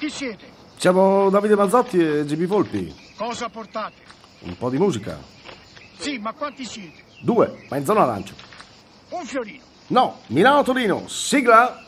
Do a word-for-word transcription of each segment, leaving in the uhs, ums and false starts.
Chi siete? Siamo Davide Mazzotti e G B Volpi. Cosa portate? Un po' di musica. Sì, ma quanti siete? Due, ma in zona arancio. Un fiorino. No, Milano-Torino, sigla!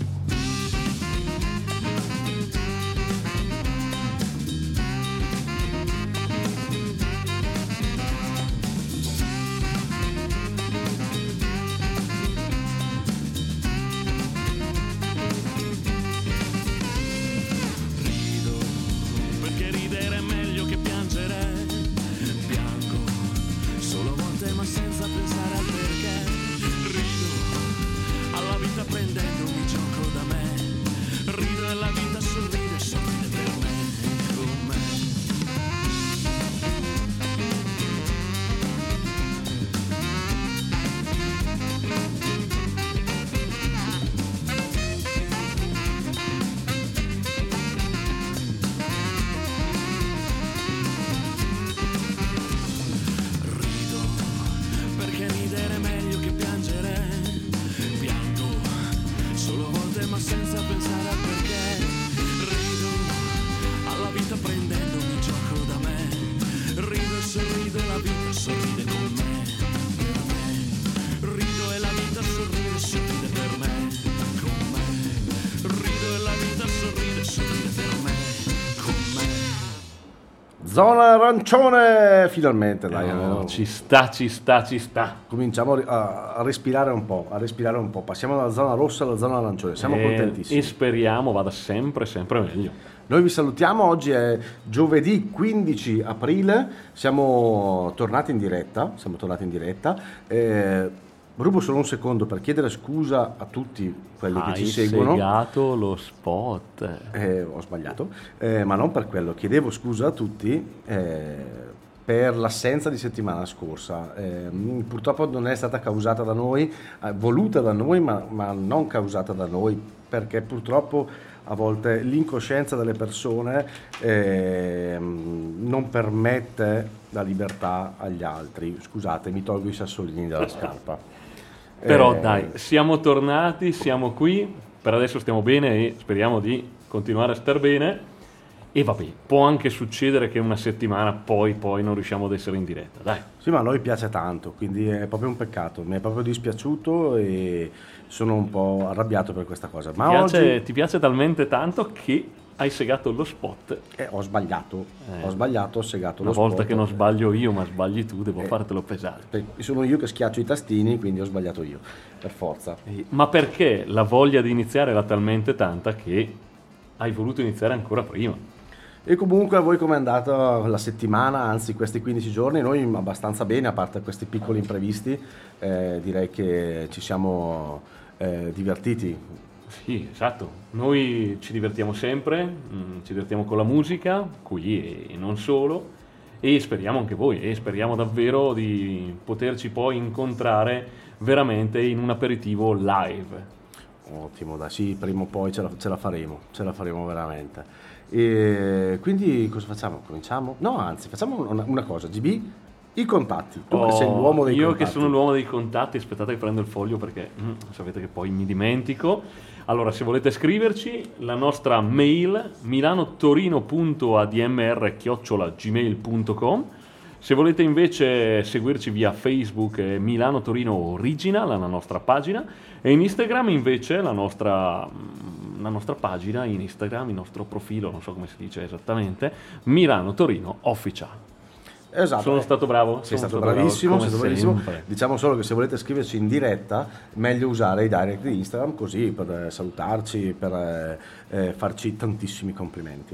Zona arancione, finalmente, dai. No, ci sta, ci sta, ci sta. Cominciamo a, a respirare un po', a respirare un po'. Passiamo dalla zona rossa alla zona arancione. Siamo e, contentissimi. E speriamo vada sempre, sempre meglio. Noi vi salutiamo, oggi è giovedì quindici aprile, siamo tornati in diretta, siamo tornati in diretta. Eh, rubo solo un secondo per chiedere scusa a tutti quelli Hai che ci seguono. Hai segato lo spot. Eh, ho sbagliato, eh, ma non per quello. Chiedevo scusa a tutti eh, per l'assenza di settimana scorsa. Eh, purtroppo non è stata causata da noi, eh, voluta da noi, ma, ma non causata da noi, perché purtroppo a volte l'incoscienza delle persone eh, non permette la libertà agli altri. Scusate, mi tolgo i sassolini dalla scarpa. Però eh, dai, siamo tornati, siamo qui, per adesso stiamo bene e speriamo di continuare a star bene. E vabbè, può anche succedere che una settimana poi, poi non riusciamo ad essere in diretta, dai. Sì, ma a noi piace tanto, quindi è proprio un peccato, mi è proprio dispiaciuto e sono un po' arrabbiato per questa cosa. Ma ti, piace, oggi ti piace talmente tanto che hai segato lo spot. Eh, ho sbagliato, Eh, ho sbagliato, ho segato lo Una volta spot. che non sbaglio io, ma sbagli tu, devo Eh, fartelo pesare. Eh, Sono io che schiaccio i tastini, quindi ho sbagliato io, per forza. Eh, Ma perché la voglia di iniziare era talmente tanta che hai voluto iniziare ancora prima. E comunque a voi com'è andata la settimana, anzi questi quindici giorni? Noi abbastanza bene, a parte questi piccoli imprevisti, eh, direi che ci siamo eh, divertiti. Sì, esatto. Noi ci divertiamo sempre, mh, ci divertiamo con la musica, qui e non solo, e speriamo anche voi, e speriamo davvero di poterci poi incontrare veramente in un aperitivo live. Ottimo, dai, sì, prima o poi ce la, ce la faremo, ce la faremo veramente. E quindi cosa facciamo? Cominciamo? No, anzi, facciamo una, una cosa, G B, i contatti. Tu che sei Oh, l'uomo dei io contatti. che sono l'uomo dei contatti, aspettate che prendo il foglio perché mm, sapete che poi mi dimentico. Allora, se volete scriverci, la nostra mail milanotorino punto a d m r chiocciola gmail punto com. Se volete invece seguirci via Facebook, eh, Milano Torino Original, la nostra pagina, e in Instagram invece la nostra, mm, la nostra pagina in Instagram, il nostro profilo, non so come si dice esattamente, Milano Torino Official. Esatto. Sono stato bravo? Sei Sono stato bravissimo, bravo, sei stato come bravissimo. sempre. Diciamo solo che se volete scriverci in diretta, meglio usare i direct di Instagram, così per eh, salutarci, per eh, eh, farci tantissimi complimenti.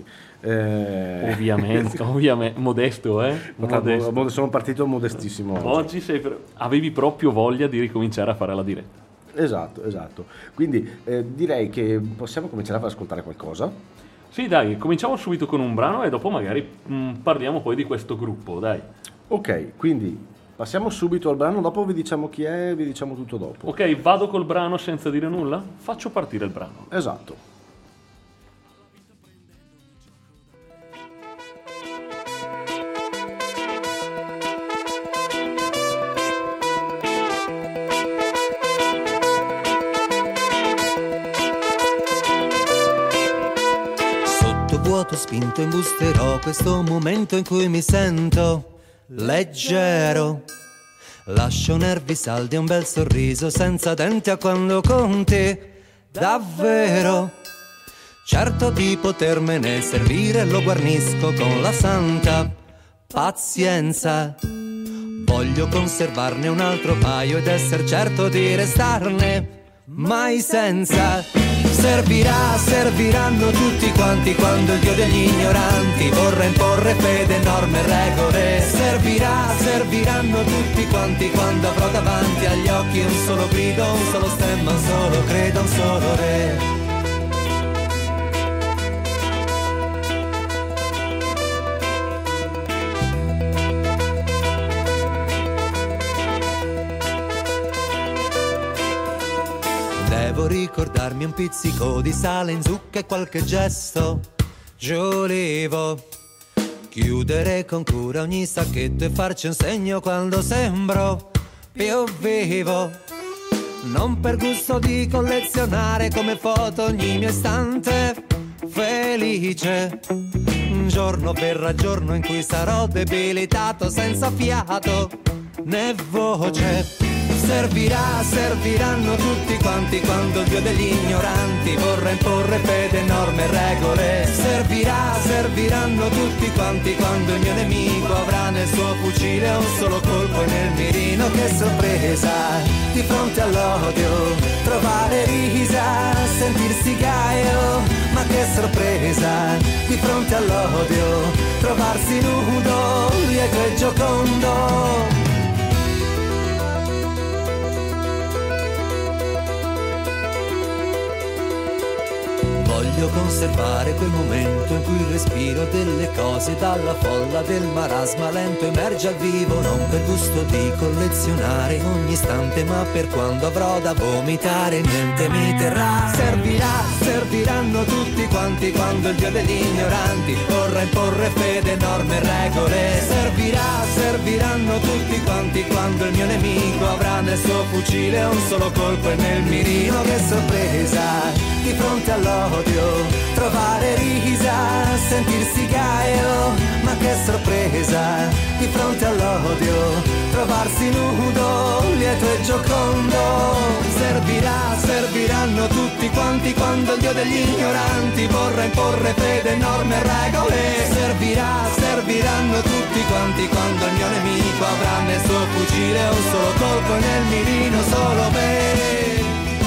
Eh, Ovviamente, ovviamente, modesto, eh? Modesto. Modesto. Sono partito modestissimo oggi. Oggi sei per- avevi proprio voglia di ricominciare a fare la diretta. Esatto, esatto. Quindi eh, direi che possiamo cominciare a far ascoltare qualcosa. Sì, dai, cominciamo subito con un brano e dopo magari mh, parliamo poi di questo gruppo, dai. Ok, quindi passiamo subito al brano, dopo vi diciamo chi è, vi diciamo tutto dopo. Ok, vado col brano senza dire nulla? Faccio partire il brano. Esatto. vuoto spinto imbusterò questo momento in cui mi sento leggero. Lascio nervi saldi e un bel sorriso senza denti a quando conti davvero. Certo di potermene servire lo guarnisco con la santa pazienza. Voglio conservarne un altro paio ed essere certo di restarne mai senza. Servirà, serviranno tutti quanti quando il Dio degli ignoranti vorrà imporre fede, norme e regole. Servirà, serviranno tutti quanti quando avrò davanti agli occhi un solo grido, un solo stemma, un solo credo, un solo re. Devo ricordarmi un pizzico di sale in zucca e qualche gesto giolivo. Chiudere con cura ogni sacchetto e farci un segno quando sembro più vivo. Non per gusto di collezionare come foto ogni mio istante felice. Un giorno verrà giorno in cui sarò debilitato senza fiato né voce. Servirà, serviranno tutti quanti quando il Dio degli ignoranti vorrà imporre fede, norme e regole. Servirà, serviranno tutti quanti quando il mio nemico avrà nel suo fucile un solo colpo e nel mirino. Che sorpresa, di fronte all'odio, trovare risa, sentirsi gaio. Ma che sorpresa, di fronte all'odio, trovarsi nudo, lieto e giocondo. Voglio conservare quel momento in cui il respiro delle cose dalla folla del marasma lento emerge al vivo, non per gusto di collezionare ogni istante, ma per quando avrò da vomitare niente mi terrà. Servirà, serviranno tutti quanti quando il Dio degli ignoranti vorrà imporre fede, norme e regole. Servirà, serviranno tutti quanti quando il mio nemico avrà nel suo fucile un solo colpo e nel mirino. Che sorpresa, di fronte all'odio, trovare risa, sentirsi gaio. Ma che sorpresa, di fronte all'odio, trovarsi nudo, lieto e giocondo. Servirà, serviranno tutti quanti quando il Dio degli ignoranti vorrà imporre fede, norme e regole. Servirà, serviranno tutti quanti quando il mio nemico avrà nel suo fucile un solo colpo e nel mirino solo me.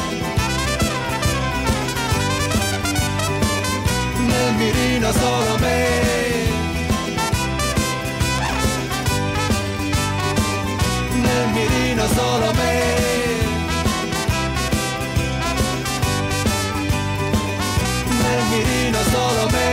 Nel mirino solo me. Nel mirino solo me. Nel mirino solo me.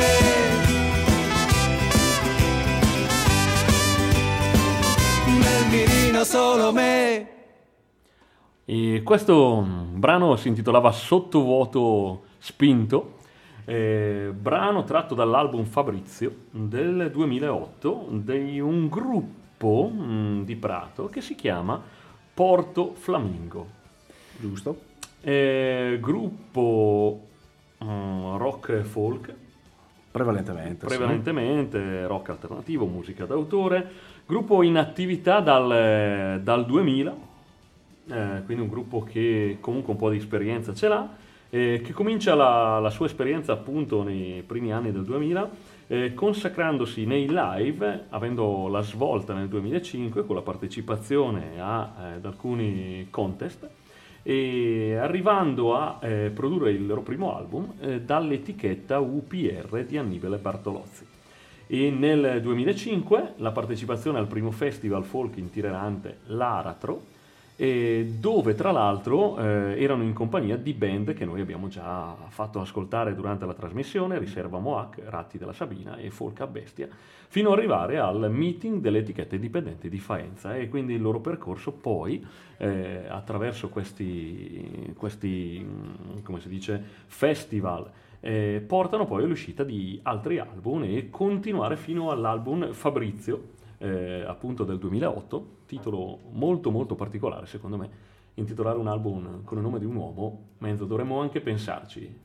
Nel mirino solo me. E questo brano si intitolava Sottovuoto spinto. Eh, brano tratto dall'album Fabrizio del duemilaotto di un gruppo mh, di Prato che si chiama Porto Flamingo. Giusto? Eh, gruppo mh, rock e folk, Prevalentemente. prevalentemente sì. Rock alternativo, musica d'autore, gruppo in attività dal, dal duemila, eh, quindi un gruppo che comunque un po' di esperienza ce l'ha. Eh, che comincia la, la sua esperienza appunto nei primi anni del duemila, eh, consacrandosi nei live, avendo la svolta nel duemilacinque con la partecipazione a, eh, ad alcuni contest e arrivando a eh, produrre il loro primo album eh, dall'etichetta U P R di Annibale Bartolozzi. E nel duemilacinque la partecipazione al primo festival folk itinerante L'Aratro, e dove tra l'altro eh, erano in compagnia di band che noi abbiamo già fatto ascoltare durante la trasmissione, Riserva Moac, Ratti della Sabina e Folk a Bestia, fino ad arrivare al meeting delle etichette indipendenti di Faenza. E quindi il loro percorso poi eh, attraverso questi, questi come si dice, festival eh, portano poi all'uscita di altri album e continuare fino all'album Fabrizio, Eh, appunto del duemilaotto, titolo molto molto particolare secondo me. Intitolare un album con il nome di un uomo, mezzo dovremmo anche pensarci.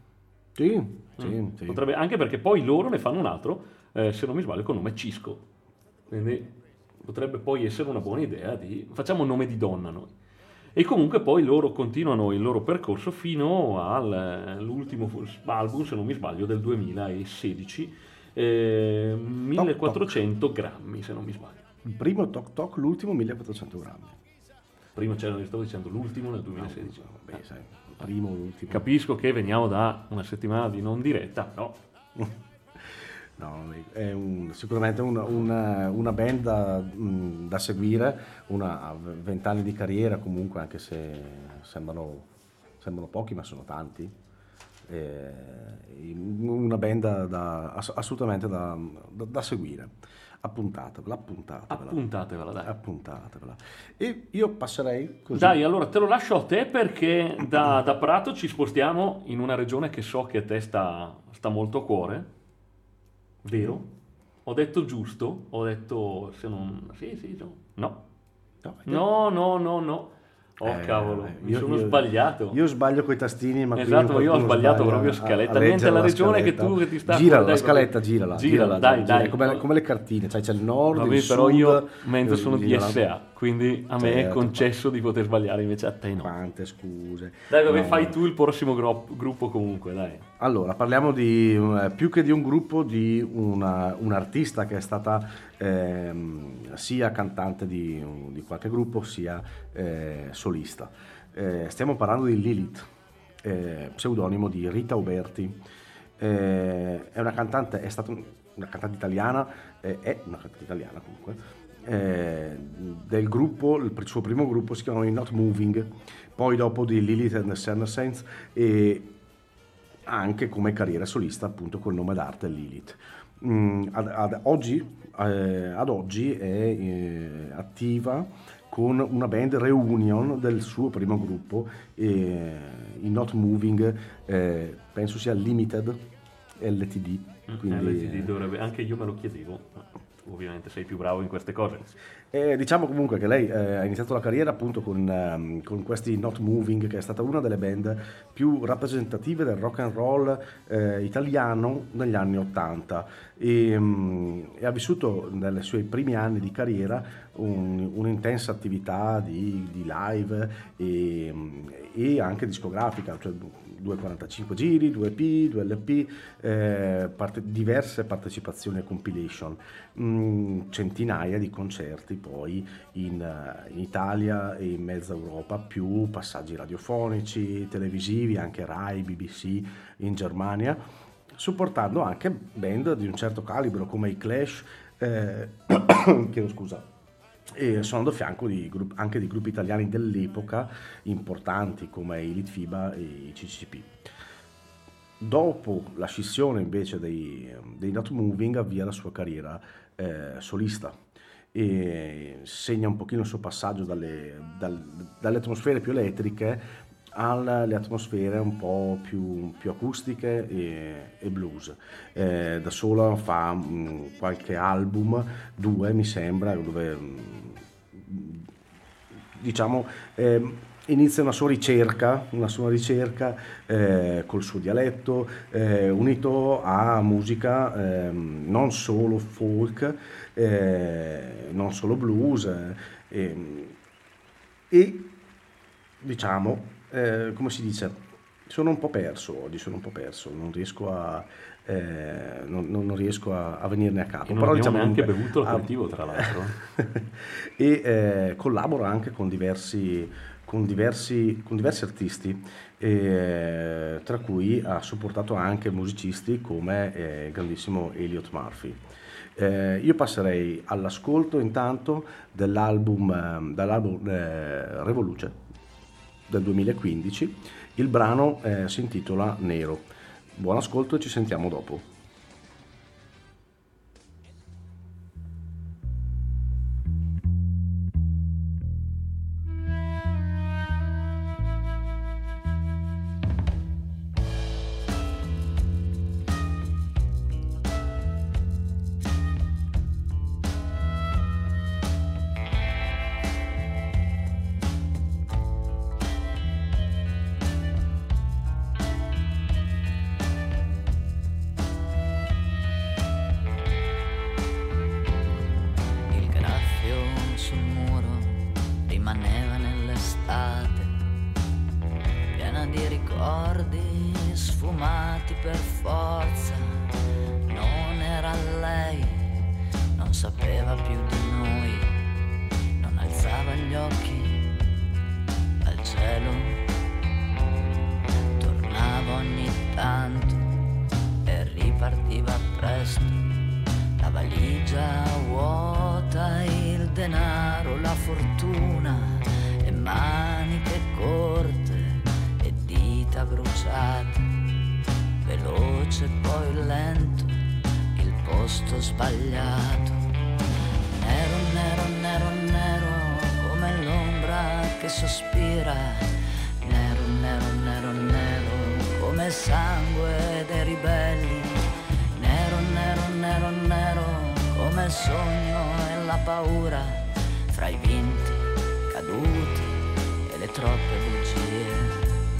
Sì, sì, Mm. sì. Potrebbe, anche perché poi loro ne fanno un altro, eh, se non mi sbaglio, con nome Cisco. Quindi potrebbe poi essere una buona idea di... Facciamo nome di donna noi. E comunque poi loro continuano il loro percorso fino all'ultimo album, se non mi sbaglio, del duemilasedici, eh, millequattrocento grammi, se non mi sbaglio. Il primo Toc Toc, l'ultimo millequattrocento grammi. Prima c'era, stavo dicendo, l'ultimo nel duemilasedici. Vabbè, sai, il primo, l'ultimo. Capisco che veniamo da una settimana di non diretta, però... No, è un- sicuramente una, una- una band da, mh, da seguire, una a vent'anni di carriera comunque, anche se sembrano, sembrano pochi, ma sono tanti. Eh, una band da, da- ass- assolutamente da, da- da seguire. Appuntatevela, appuntatevela. Appuntatevela, dai. Appuntatevela. E io passerei così. Dai, allora te lo lascio a te perché da, da Prato ci spostiamo in una regione che so che a te sta, sta molto a cuore. Vero? Ho detto giusto? Ho detto se non... Sì, sì, no. No, No, no, no, no, no. Oh Eh, cavolo, mi io- sono io- sbagliato. Io sbaglio coi tastini, ma qui Esatto, ma io ho qualcuno sbagliato sbaglia proprio a- scaletta. a Mentre leggere la la regione che scaletta. tu che ti sta... Girala, dai, la scaletta, vabbè. girala. Girala, dai, girala, dai. Come, come le cartine, cioè c'è il nord, Vabbè, il però sud. io mentre eh, sono D girala. S A, quindi a me è Certo, concesso di poter sbagliare, invece a te no. Quante scuse. Dai, vabbè, No. fai tu il prossimo gro- gruppo comunque, dai. Allora, parliamo di, eh, più che di un gruppo, di una, un'artista che è stata ehm, sia cantante di, di qualche gruppo, sia eh, solista. Eh, stiamo parlando di Lilith, eh, pseudonimo di Rita Uberti. Eh, è una cantante, è stata un- una cantante italiana, eh, è una cantante italiana comunque, eh, del gruppo, il pr- suo primo gruppo si chiamava i Not Moving, poi dopo di Lilith and the Summer Saints, e anche come carriera solista appunto col nome d'arte Lilith. Mm, ad, ad oggi, eh, ad oggi è eh, attiva con una band reunion del suo primo gruppo, eh, i Not Moving, eh, penso sia Limited L T D. Quindi, L T D dovrebbe, anche io me lo chiedevo, ovviamente sei più bravo in queste cose. Eh, diciamo comunque che lei eh, ha iniziato la carriera appunto con, ehm, con questi Not Moving, che è stata una delle band più rappresentative del rock and roll eh, italiano negli anni Ottanta, e, mm, e ha vissuto nei suoi primi anni di carriera un- un'intensa attività di, di live e, mm, e anche discografica, cioè due quarantacinque giri, due E P, due L P, eh, parte- diverse partecipazioni a compilation, mh, centinaia di concerti poi in, eh, in Italia e in mezza Europa, più passaggi radiofonici, televisivi, anche Rai, B B C in Germania, supportando anche band di un certo calibro come i Clash, eh, chiedo scusa, e suonando a fianco di gruppi, anche di gruppi italiani dell'epoca importanti come i Litfiba e i C C P. Dopo la scissione invece dei, dei Not Moving avvia la sua carriera eh, solista e segna un pochino il suo passaggio dalle, dal- dalle atmosfere più elettriche alle atmosfere un po' più, più acustiche e, e blues. Eh, da sola fa mh, qualche album, due mi sembra, dove mh, diciamo ehm, inizia una sua ricerca, una sua ricerca eh, col suo dialetto, eh, unito a musica ehm, non solo folk, eh, non solo blues, eh, e, e diciamo, eh, come si dice, sono un po' perso oggi, sono un po' perso, non riesco a, eh, non, non- non riesco a, a venirne a capo. E non abbiamo diciamo neanche comunque, bevuto ah, l'aperitivo, tra l'altro. e eh, collabora anche con diversi, con diversi, con diversi artisti, eh, tra cui ha supportato anche musicisti come eh, il grandissimo Elliot Murphy. Eh, io passerei all'ascolto intanto dell'album, eh, dall'album eh, Revoluce del duemilaquindici. Il brano eh, si intitola Nero. Buon ascolto e ci sentiamo dopo. Nero piena di ricordi sfumati per forza. Non era lei, non sapeva più di noi, non alzava gli occhi al cielo, tornava ogni tanto e ripartiva presto, la valigia vuota, il denaro, la fortuna e maniche corte e dita bruciate, veloce poi lento, il posto sbagliato, nero, nero, nero, nero, come l'ombra che sospira, nero, nero, nero, nero, come sangue dei ribelli, nero, nero, nero, nero, come il sogno e la paura, fra i vinti, caduti e le troppe bugie.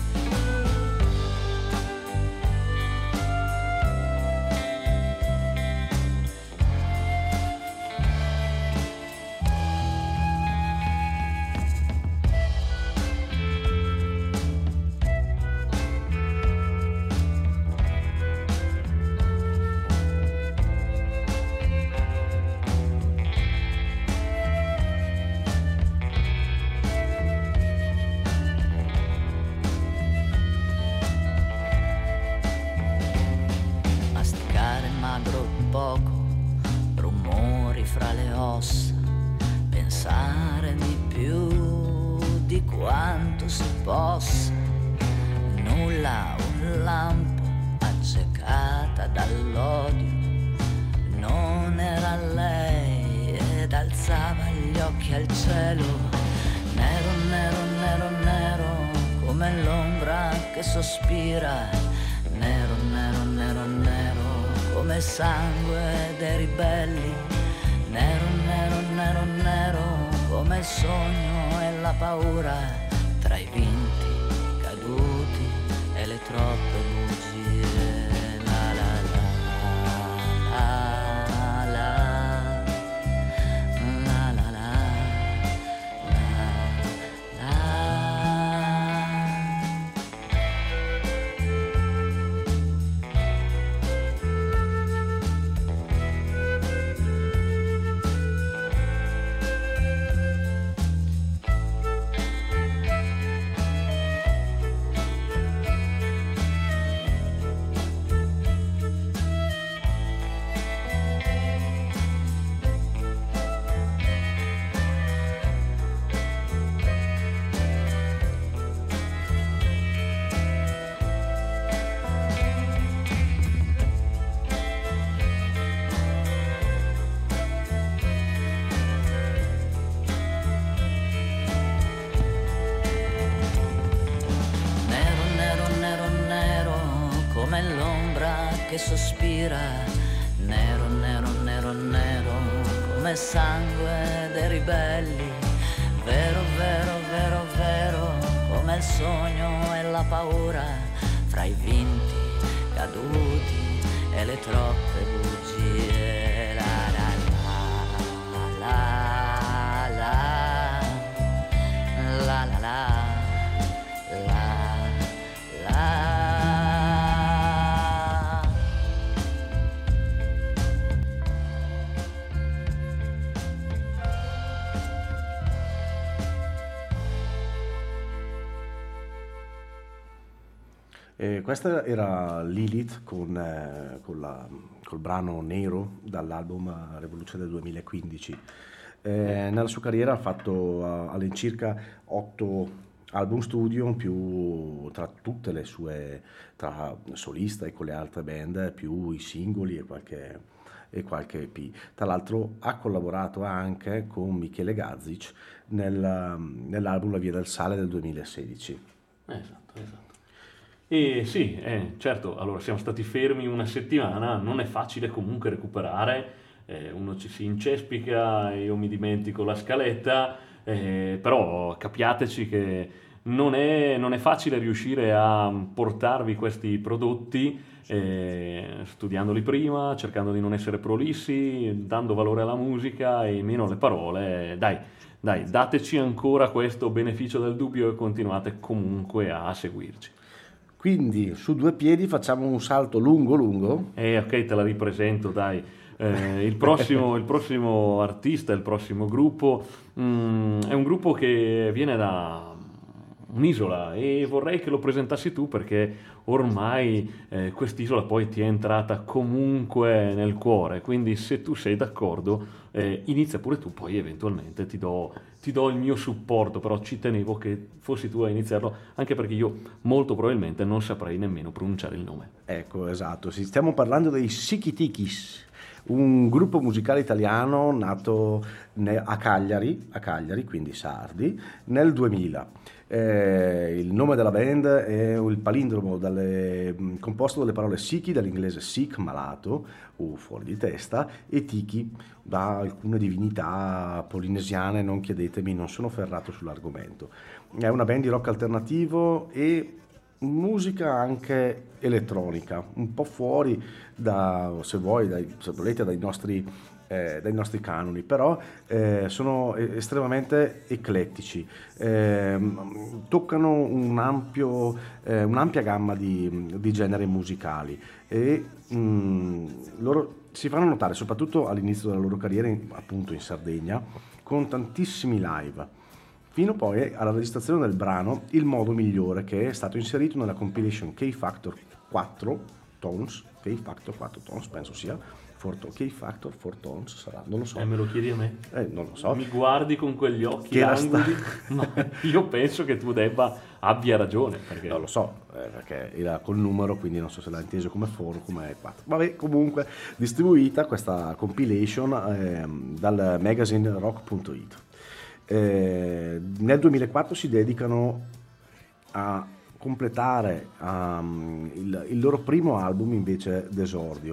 Sospira, nero, nero, nero, nero, come sangue dei ribelli, nero, nero, nero, nero, come il sogno e la paura, tra i vinti, caduti e le troppe bugie. La la la la la la la la la. Che sospira, nero, nero, nero, nero, come sangue dei ribelli, vero, vero, vero, vero, come il sogno e la paura, fra i vinti, caduti e le troppe bugie. La la la la la la la la. E questa era Lilith con, eh, con la, col brano Nero dall'album Revoluzione del duemilaquindici. Eh, nella sua carriera ha fatto uh, all'incirca otto album studio, più tra tutte le sue, tra solista e con le altre band, più i singoli e qualche, e qualche E P. Tra l'altro ha collaborato anche con Michele Gazzic nel, nell'album La Via del Sale del duemilasedici. Esatto, esatto. E sì, eh, certo, allora siamo stati fermi una settimana, non è facile comunque recuperare, eh, uno ci si incespica, io mi dimentico la scaletta, eh, però capiateci che non è, non è facile riuscire a portarvi questi prodotti eh, studiandoli prima, cercando di non essere prolissi, dando valore alla musica e meno alle parole. Dai, dai, dateci ancora questo beneficio del dubbio e continuate comunque a seguirci. Quindi su due piedi facciamo un salto lungo lungo. Eh, ok, te la ripresento, dai. Eh, il, prossimo, il prossimo artista, il prossimo gruppo, mm, è un gruppo che viene da un'isola e vorrei che lo presentassi tu perché ormai eh, quest'isola poi ti è entrata comunque nel cuore, quindi se tu sei d'accordo eh, inizia pure tu, poi eventualmente ti do, ti do il mio supporto, però ci tenevo che fossi tu a iniziarlo anche perché io molto probabilmente non saprei nemmeno pronunciare il nome. Ecco, esatto, sì, stiamo parlando dei Sikitikis, un gruppo musicale italiano nato a Cagliari, a Cagliari, quindi sardi, nel duemila. Eh, il nome della band è il palindromo dalle, composto dalle parole Siki, dall'inglese sick, malato o fuori di testa, e Tiki, da alcune divinità polinesiane, non chiedetemi, non sono ferrato sull'argomento. È una band di rock alternativo e musica anche elettronica, un po' fuori da, se vuoi, dai, se volete, dai nostri, eh, dai nostri canoni, però eh, sono estremamente eclettici, eh, toccano un ampio, eh, un'ampia gamma di, di generi musicali e mh, loro si fanno notare soprattutto all'inizio della loro carriera, in, appunto in Sardegna, con tantissimi live, fino poi alla registrazione del brano Il modo migliore, che è stato inserito nella compilation K-Factor quattro Tones, K-Factor quattro Tones, penso sia, K-Factor quattro Tones sarà, non lo so. Eh, me lo chiedi a me? Eh, non lo so. Mi guardi con quegli occhi Che era angoli, sta- ma io penso che tu debba abbia ragione, perché Non lo so, eh, perché era col numero, quindi non so se l'ha inteso come quattro, come quattro. Vabbè, comunque, distribuita questa compilation eh, dal magazine rock punto it. Eh, nel duemilaquattro si dedicano a completare um, il, il loro primo album invece d'esordio,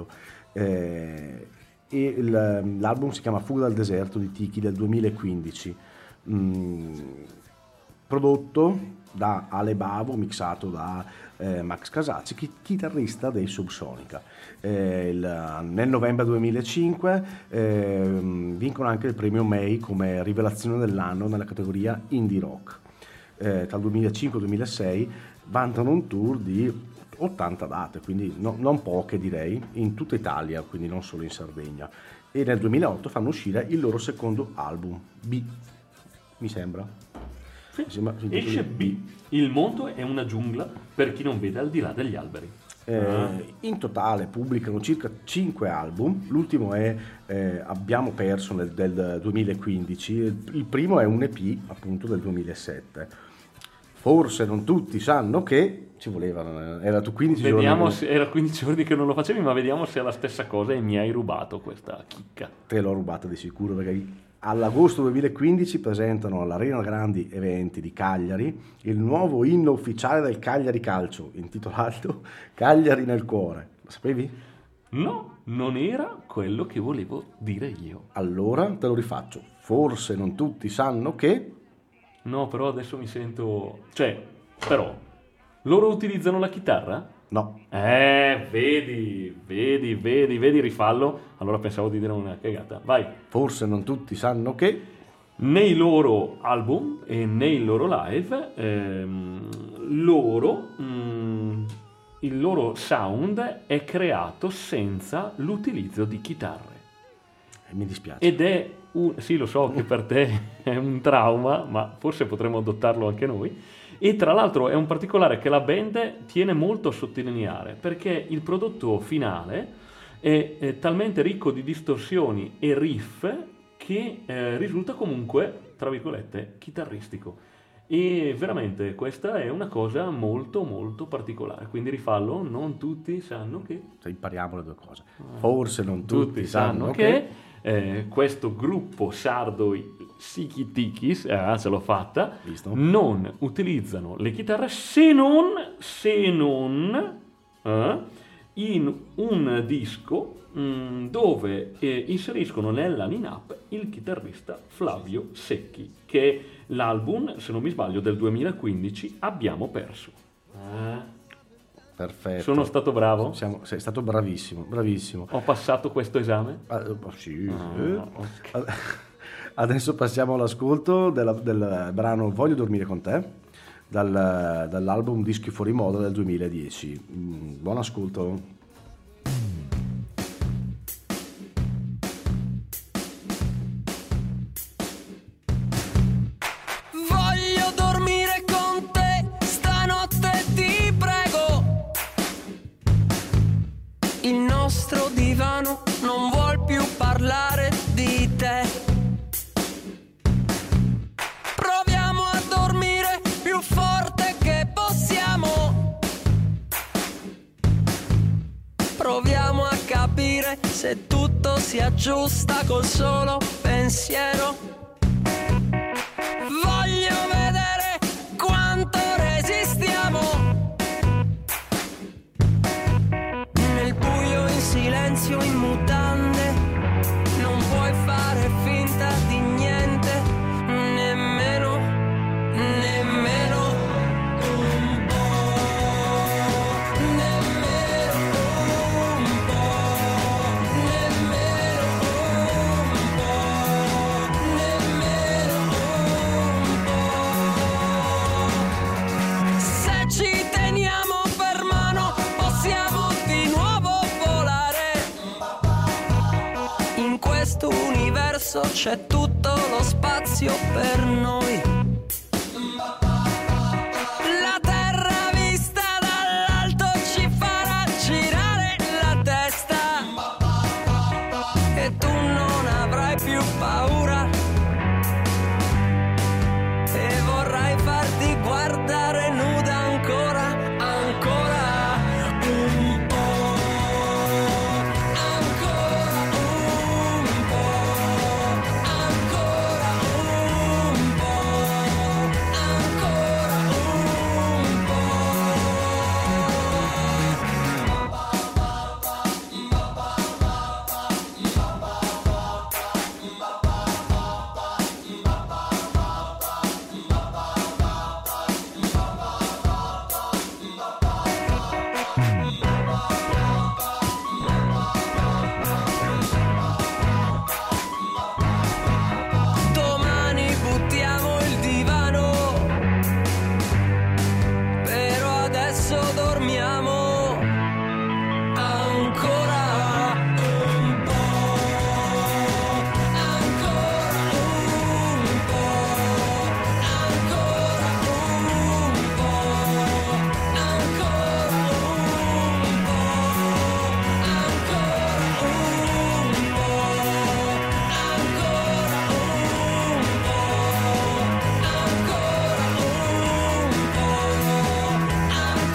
eh, e il, l'album si chiama Fuga dal deserto di Tiki del duemilaquindici, mm, prodotto da Ale Bavo, mixato da eh, Max Casacci, chi- chitarrista dei Subsonica. Eh, il- nel novembre duemilacinque eh, vincono anche il premio May come rivelazione dell'anno nella categoria Indie Rock. Eh, tra il duemilacinque e il duemilasei vantano un tour di ottanta date, quindi no- non poche direi, in tutta Italia, quindi non solo in Sardegna. E nel duemilaotto fanno uscire il loro secondo album, B, mi sembra. Sì. Mi sembra si intitoli Esce B. Il mondo è una giungla per chi non vede al di là degli alberi. Eh, in totale pubblicano circa cinque album, l'ultimo è eh, Abbiamo perso nel, del duemilaquindici, il, il primo è un E P appunto del duemilasette. Forse non tutti sanno che ci volevano, era tu quindici Vediamo giorni, se era quindici giorni che non lo facevi, ma vediamo se è la stessa cosa e mi hai rubato questa chicca. te l'ho rubata di sicuro, perché all'agosto duemilaquindici presentano all'Arena Grandi Eventi di Cagliari il nuovo inno ufficiale del Cagliari Calcio, intitolato Cagliari nel cuore. Lo sapevi? No, non era quello che volevo dire io. Allora te lo rifaccio. Forse non tutti sanno che... No, però adesso mi sento... Cioè, però, loro utilizzano la chitarra? No, Eh, vedi, vedi, vedi, vedi, rifallo. Allora pensavo di dire una cagata. Vai. forse non tutti sanno che... Nei loro album e nei loro live, ehm, loro, mm, il loro sound è creato senza l'utilizzo di chitarre. Eh, mi dispiace. Ed è un... Sì, lo so che per te è un trauma, ma forse potremmo adottarlo anche noi. E tra l'altro è un particolare che la band tiene molto a sottolineare, perché il prodotto finale è, è talmente ricco di distorsioni e riff che eh, risulta comunque, tra virgolette, chitarristico. E veramente questa è una cosa molto molto particolare. Quindi rifallo, non tutti sanno che... Cioè, impariamo le due cose. Forse non tutti, Tutti sanno, sanno che eh, questo gruppo sardo, i Sikitikis, eh, ce l'ho fatta, Visto? non utilizzano le chitarre se non, se non eh, in un disco mh, dove eh, inseriscono nella line-up il chitarrista Flavio Secchi, che è l'album, se non mi sbaglio, del duemilaquindici, Abbiamo perso. Eh, Perfetto. sono stato bravo? Siamo- sei stato bravissimo, bravissimo. Ho passato questo esame? Ah, oh, sì, Ah, eh. ok. Adesso passiamo all'ascolto della- del brano Voglio dormire con te, dal- dall'album Dischi fuori moda del duemiladieci. Mm, buon ascolto. Voglio dormire con te, stanotte ti prego. Il nostro divano non vuol più parlare di te. Proviamo a dormire più forte che possiamo. Proviamo a capire se tutto si aggiusta col solo pensiero. Voglio vedere quanto resistiamo. Nel buio, in silenzio, in mutande, non puoi fare finta di niente, nemmeno, nemmeno un po', nemmeno un po', nemmeno un po', nemmeno un po'. Se ci teniamo per mano possiamo di nuovo volare. In questo universo c'è tutto lo spazio per noi. La terra vista dall'alto ci farà girare la testa. E tu non avrai più paura. E vorrai farti guardare nuda ancora, ancora un po', ancora un po', ancora un po', ancora un Domani buttiamo il divano, però adesso dormiamo ancora un po', ancora un po', ancora un po', ancora un po', ancora un po', ancora un po', ancora un po',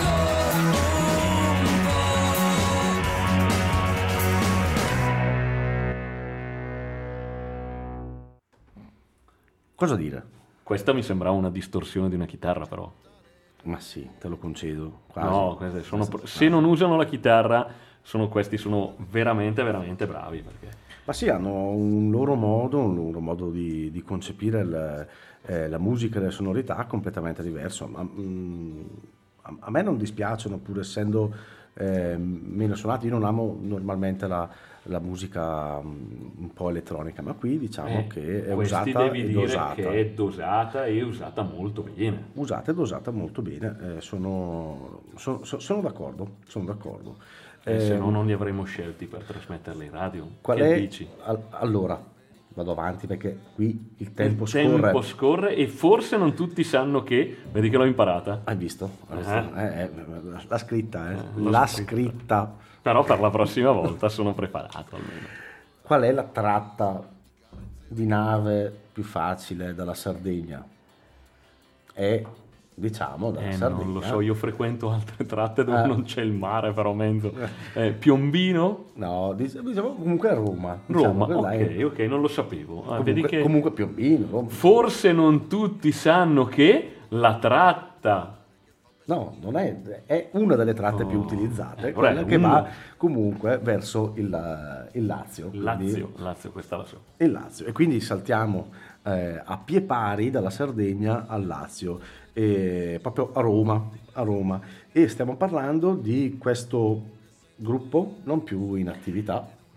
Cosa dire? Questa mi sembrava una distorsione di una chitarra, però. Ma sì, te lo concedo. Quasi. No, queste sono Quasi. pro- se non usano la chitarra, sono, questi sono veramente, veramente bravi. Perché... Ma sì, hanno un loro modo, un loro modo di, di concepire il- eh, la musica e le sonorità completamente diverso. Ma, mm, a, a me non dispiacciono, pur essendo eh, meno suonati. Io non amo normalmente la, la musica mm, un po' elettronica, ma qui diciamo Eh, che è questi usata devi e dire dosata. che è dosata e usata molto bene. Usata e dosata molto bene, eh, sono, sono- so- sono d'accordo, sono d'accordo. E se Eh, no non li avremmo scelti per trasmetterli in radio. Qual Che è? dici? Al- allora, vado avanti perché qui il tempo Il scorre. tempo scorre e forse non tutti sanno che, vedi che l'ho imparata, Hai visto? Hai visto? Eh. Eh, eh, l'ha scritta, eh. l'ho l'ha scritta. scritta. però per la prossima volta sono preparato almeno. Qual è la tratta di nave più facile dalla Sardegna? È, diciamo, dalla Eh, Sardegna. non lo so, io frequento altre tratte dove Eh. non c'è il mare però mezzo. Eh, Piombino? No, dic- diciamo comunque a Roma. Diciamo, Roma, quella ok, è- ok, non lo sapevo. Ah, Comunque, vedi che comunque Piombino. Roma. forse non tutti sanno che la tratta No, non è, è una delle tratte Oh, più utilizzate, eh, quella vabbè, che uno. va comunque verso il, il Lazio. quindi- Lazio, Lazio, questa la so. il Lazio. E quindi saltiamo eh, a pie pari dalla Sardegna al Lazio, e proprio a Roma, a Roma. E stiamo parlando di questo gruppo non più in attività,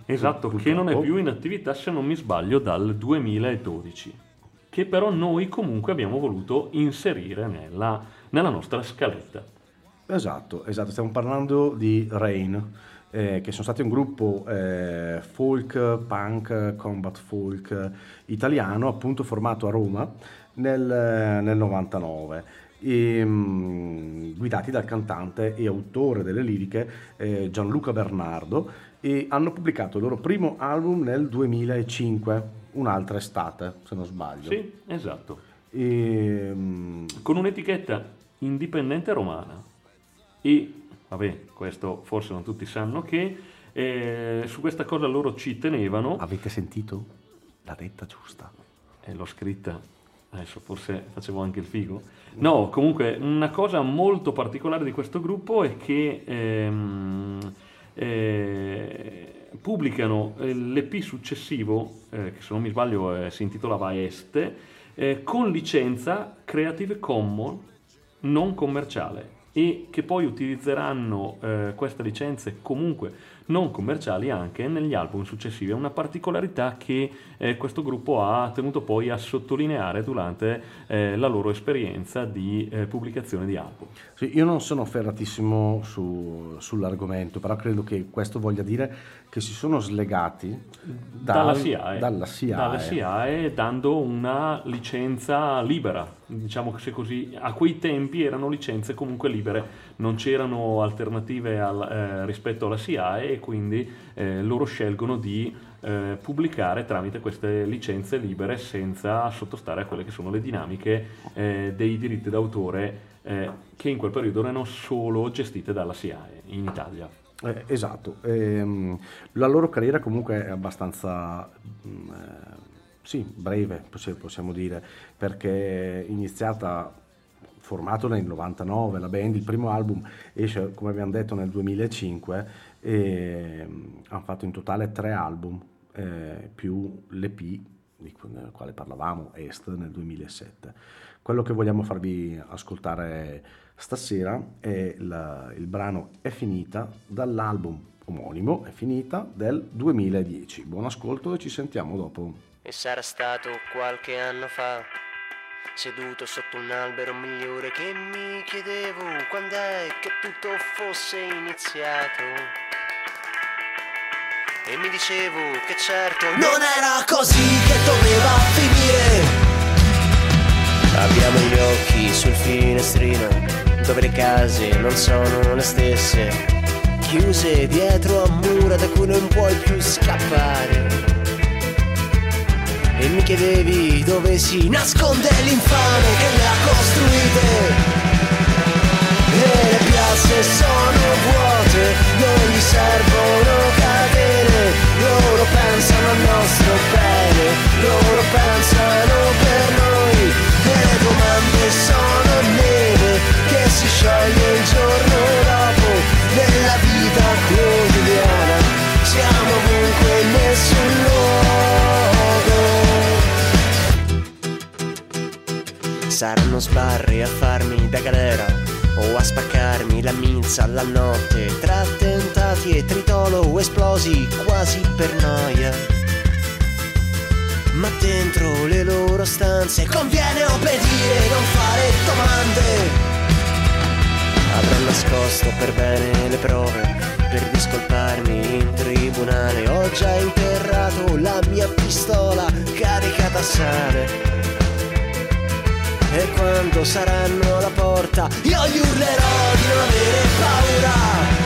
Esatto, Purtroppo. che non è più in attività, se non mi sbaglio, dal duemiladodici, che però noi comunque abbiamo voluto inserire nella, nella nostra scaletta. Esatto, esatto, stiamo parlando di Rain, eh, che sono stati un gruppo eh, folk, punk, combat folk italiano, appunto formato a Roma nel, nel novantanove, e, mh, guidati dal cantante e autore delle liriche eh, Gianluca Bernardo, e hanno pubblicato il loro primo album nel duemilacinque, Un'altra estate, se non sbaglio. Sì, esatto. E, mh, Con un'etichetta indipendente romana. E, vabbè, questo forse non tutti sanno, che eh, su questa cosa loro ci tenevano. avete sentito? L'ha detta giusta. E l'ho scritta, adesso forse facevo anche il figo. No, comunque una cosa molto particolare di questo gruppo è che ehm, eh, pubblicano l'E P successivo, eh, che se non mi sbaglio eh, si intitolava Este, eh, con licenza Creative Commons non commerciale, e che poi utilizzeranno eh, queste licenze comunque non commerciali anche negli album successivi. È una particolarità che eh, questo gruppo ha tenuto poi a sottolineare durante eh, la loro esperienza di eh, pubblicazione di album. Sì, io non sono ferratissimo su, sull'argomento, però credo che questo voglia dire che si sono slegati dal- dalla S I A E, dalla S I A E. dalla S I A E, dando una licenza libera, diciamo che se così. A quei tempi erano licenze comunque libere, non c'erano alternative al, eh, rispetto alla S I A E, e quindi eh, loro scelgono di eh, pubblicare tramite queste licenze libere senza sottostare a quelle che sono le dinamiche eh, dei diritti d'autore eh, che in quel periodo erano solo gestite dalla S I A E in Italia. Eh, esatto, ehm, la loro carriera comunque è abbastanza mh, eh, sì, breve, possi- possiamo dire, perché è iniziata, formato nel novantanove la band, il primo album esce, come abbiamo detto, nel duemilacinque, e mh, hanno fatto in totale tre album, eh, più l'E P di cui- nel quale parlavamo, Est, nel duemilasette. Quello che vogliamo farvi ascoltare stasera è la- il brano È finita, dall'album omonimo È finita del duemiladieci. Buon ascolto e ci sentiamo dopo. E sarà stato qualche anno fa, seduto sotto un albero migliore, che mi chiedevo quando è che tutto fosse iniziato. E mi dicevo che certo non era così che doveva finire. Abbiamo gli occhi sul finestrino, dove le case non sono le stesse, chiuse dietro a mura da cui non puoi più scappare. E mi chiedevi dove si nasconde l'infame che le ha costruite. E le piazze sono vuote, non gli servono catene. Loro pensano al nostro bene, loro pensano per noi. E le domande sono neve che si scioglie il giorno dopo. Nella vita quotidiana siamo ovunque in nessun luogo. Saranno sbarri a farmi da galera o a spaccarmi la milza alla notte, tra tentati e tritolo esplosi quasi per noia. Ma dentro le loro stanze conviene obbedire, non fare domande. Avrò nascosto per bene le prove per discolparmi in tribunale. Ho già interrato la mia pistola caricata a sale. E quando saranno alla porta io gli urlerò di non avere paura.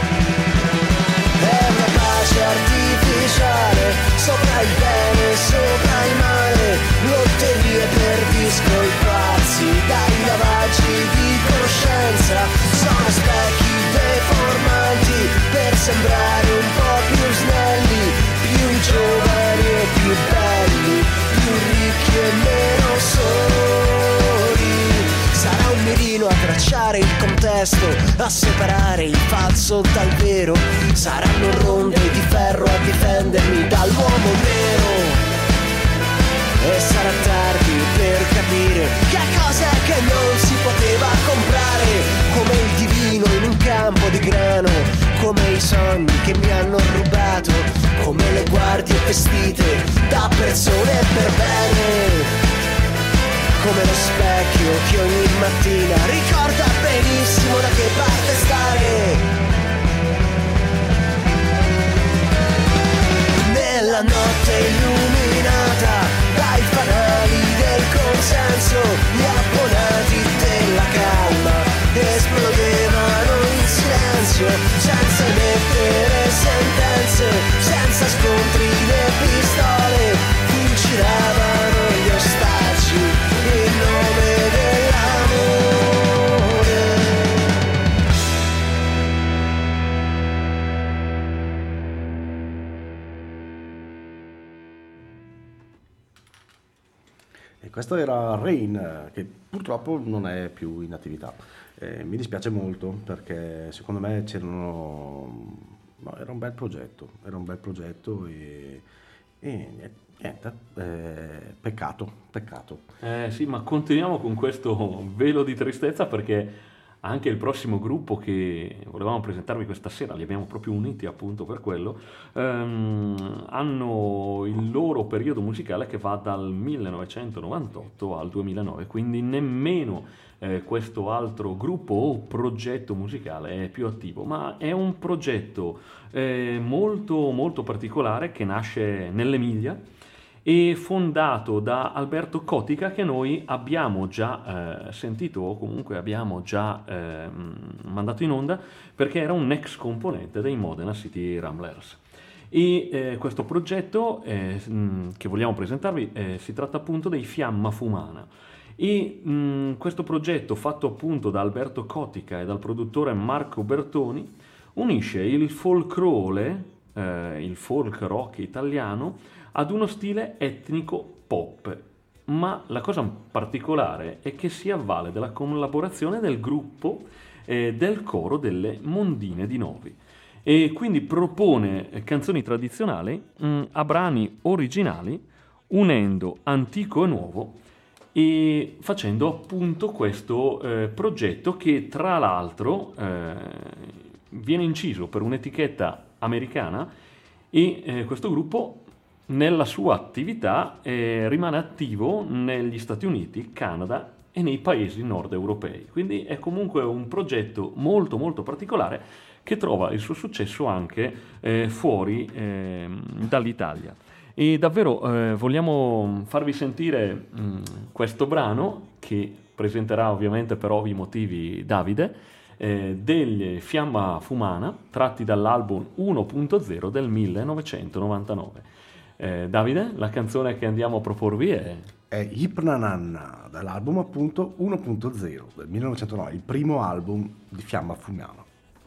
È una pace artificiale, sopra il bene, sopra il male. Lotterie per discolparsi dai lavaggi di coscienza. Sono specchi deformanti per sembrare un po' più snelli, più giovani e più belli, più ricchi e meno soli. Sarà un mirino a tracciare il contesto, a separare il falso dal vero. Saranno ronde di ferro a difendermi dall'uomo nero. E sarà tardi per capire che cos'è che non si poteva comprare. Come il divino in un campo di grano, come i sogni che mi hanno rubato, come le guerre vestite da persone per bene, come lo specchio che ogni mattina ricorda benissimo da che parte stare. Nella notte illuminata dai fanali del consenso, gli abbonati della calma esplodevano in silenzio, senza emettere sentenze, senza scontri né pistole, fucilavano gli ostaggi in nome dell'amore. E questo era Rain, che purtroppo non è più in attività. Eh, mi dispiace molto perché secondo me c'erano, no, era un bel progetto, era un bel progetto e, e niente, eh, peccato, peccato. Eh sì, ma continuiamo con questo velo di tristezza perché anche il prossimo gruppo che volevamo presentarvi questa sera, li abbiamo proprio uniti appunto per quello, ehm, hanno il loro periodo musicale che va dal millenovecentonovantotto al duemilanove, quindi nemmeno eh, questo altro gruppo o progetto musicale è più attivo, ma è un progetto eh, molto molto particolare che nasce nell'Emilia e fondato da Alberto Cotica, che noi abbiamo già eh, sentito o comunque abbiamo già eh, mandato in onda perché era un ex componente dei Modena City Ramblers. E eh, questo progetto eh, che vogliamo presentarvi eh, si tratta appunto dei Fiamma Fumana. E mh, questo progetto, fatto appunto da Alberto Cotica e dal produttore Marco Bertoni, unisce il folklore, eh, il folk rock italiano, ad uno stile etnico pop, ma la cosa particolare è che si avvale della collaborazione del gruppo eh, del coro delle Mondine di Novi e quindi propone canzoni tradizionali mh, a brani originali, unendo antico e nuovo e facendo appunto questo eh, progetto che tra l'altro eh, viene inciso per un'etichetta americana e eh, questo gruppo nella sua attività eh, rimane attivo negli Stati Uniti, Canada e nei paesi nord europei. Quindi è comunque un progetto molto molto particolare che trova il suo successo anche eh, fuori eh, dall'Italia. E davvero eh, vogliamo farvi sentire mh, questo brano che presenterà ovviamente per ovvi motivi Davide, eh, degli Fiamma Fumana, tratti dall'album uno punto zero del millenovecentonovantanove. Eh, Davide, la canzone che andiamo a proporvi è... È Ipnananna, dall'album appunto uno punto zero del millenovecentonove, il primo album di Fiamma Fumana.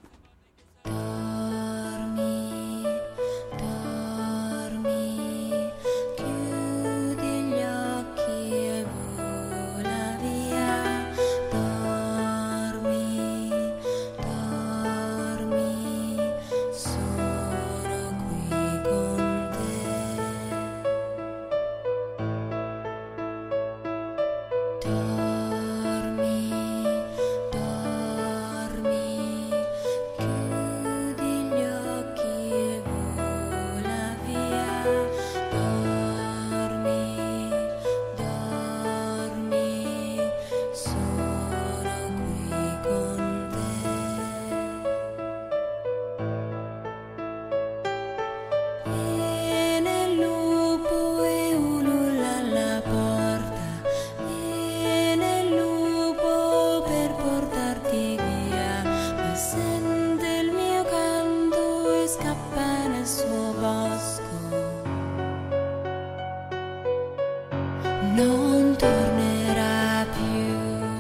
Non tornerà più.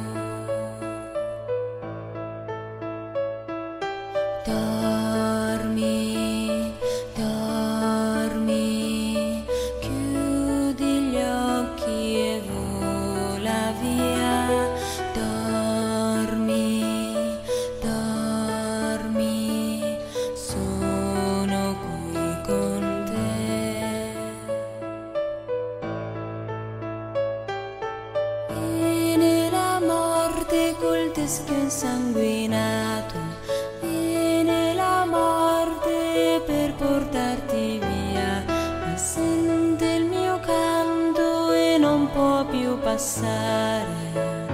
Dormi, dormi, chiudi gli occhi e vola via. Dormi, dormi, sono qui con te. E nella morte col teschio insanguinato, e nella morte per portarti via, ma se passare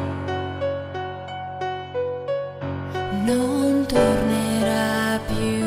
non tornerà più.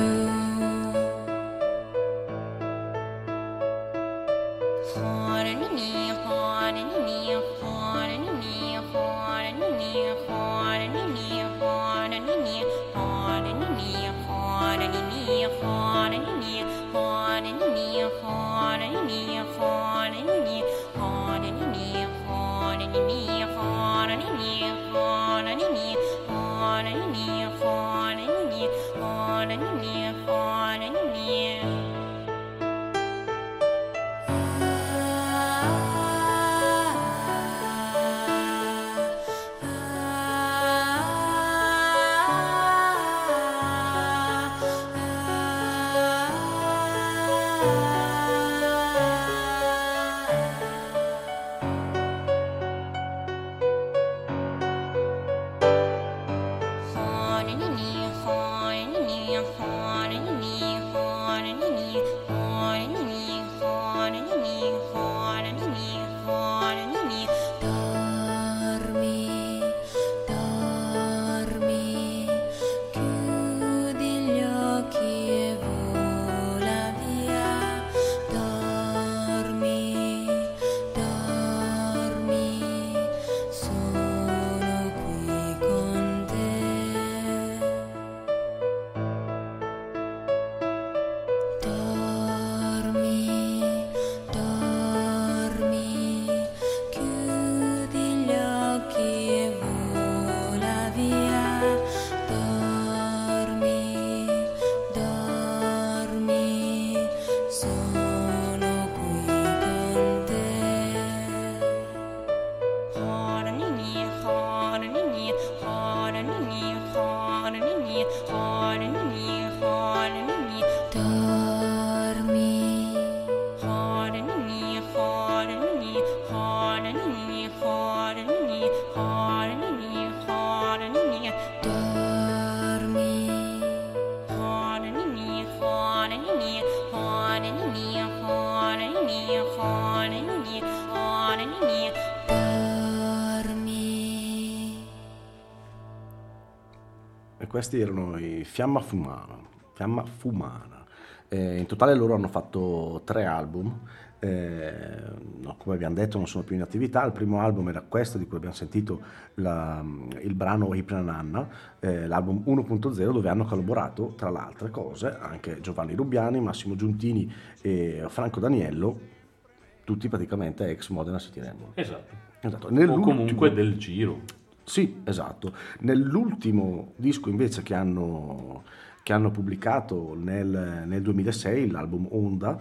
Questi erano i Fiamma Fumana, Fiamma Fumana. Eh, in totale loro hanno fatto tre album, eh, no, come abbiamo detto non sono più in attività. Il primo album era questo di cui abbiamo sentito la, il brano Iprananna, eh, l'album uno punto zero, dove hanno collaborato tra le altre cose anche Giovanni Rubbiani, Massimo Giuntini e Franco Daniello, tutti praticamente ex Modena City Rainbow. Esatto, esatto. O comunque del giro. Sì, esatto. Nell'ultimo disco invece che hanno, che hanno pubblicato nel, nel duemilasei, l'album Onda,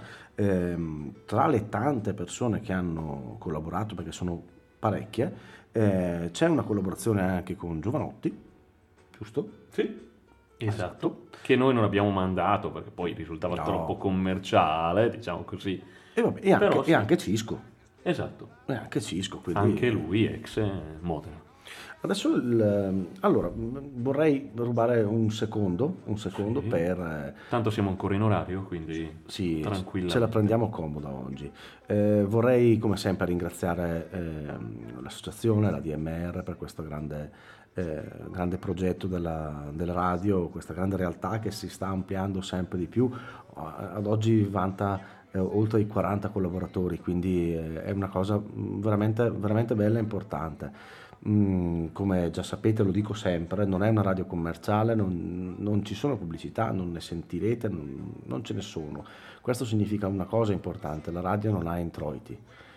ehm, tra le tante persone che hanno collaborato, perché sono parecchie, eh, c'è una collaborazione anche con Giovanotti, giusto? Sì, esatto, che noi non abbiamo mandato perché poi risultava No. troppo commerciale, diciamo così. E, vabbè, e, anche, Però sì. e anche Cisco. Esatto, E anche Cisco. Quindi... anche lui ex eh, Modena. Adesso il, allora vorrei rubare un secondo, un secondo Sì. per... eh, Tanto siamo ancora in orario, quindi Sì, tranquilla. ce la prendiamo comoda oggi. Eh, vorrei come sempre ringraziare ehm, l'associazione, la D M R, per questo grande, eh, grande progetto della, della radio, questa grande realtà che si sta ampliando sempre di più. Ad oggi vanta eh, oltre i quaranta collaboratori, quindi eh, è una cosa mh, veramente, veramente bella e importante. Mm, come già sapete, lo dico sempre, non è una radio commerciale, non, non ci sono pubblicità, non ne sentirete, non, non ce ne sono. Questo significa una cosa importante: la radio non ha introiti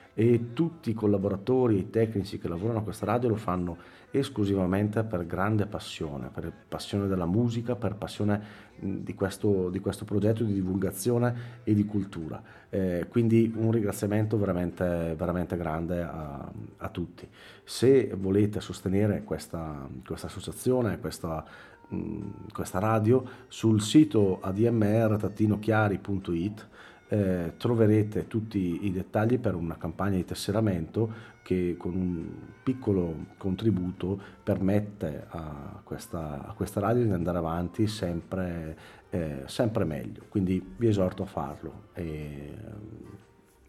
e tutti i collaboratori e i tecnici che lavorano a questa radio lo fanno esclusivamente per grande passione, per passione della musica, per passione mh, di questo, di questo progetto di divulgazione e di cultura. Eh, quindi un ringraziamento veramente, veramente grande a, a tutti. Se volete sostenere questa, questa associazione, questa, mh, questa radio, sul sito a d m r chiari punto it eh, troverete tutti i dettagli per una campagna di tesseramento che con un piccolo contributo permette a questa, a questa radio di andare avanti sempre, eh, sempre meglio. Quindi vi esorto a farlo e,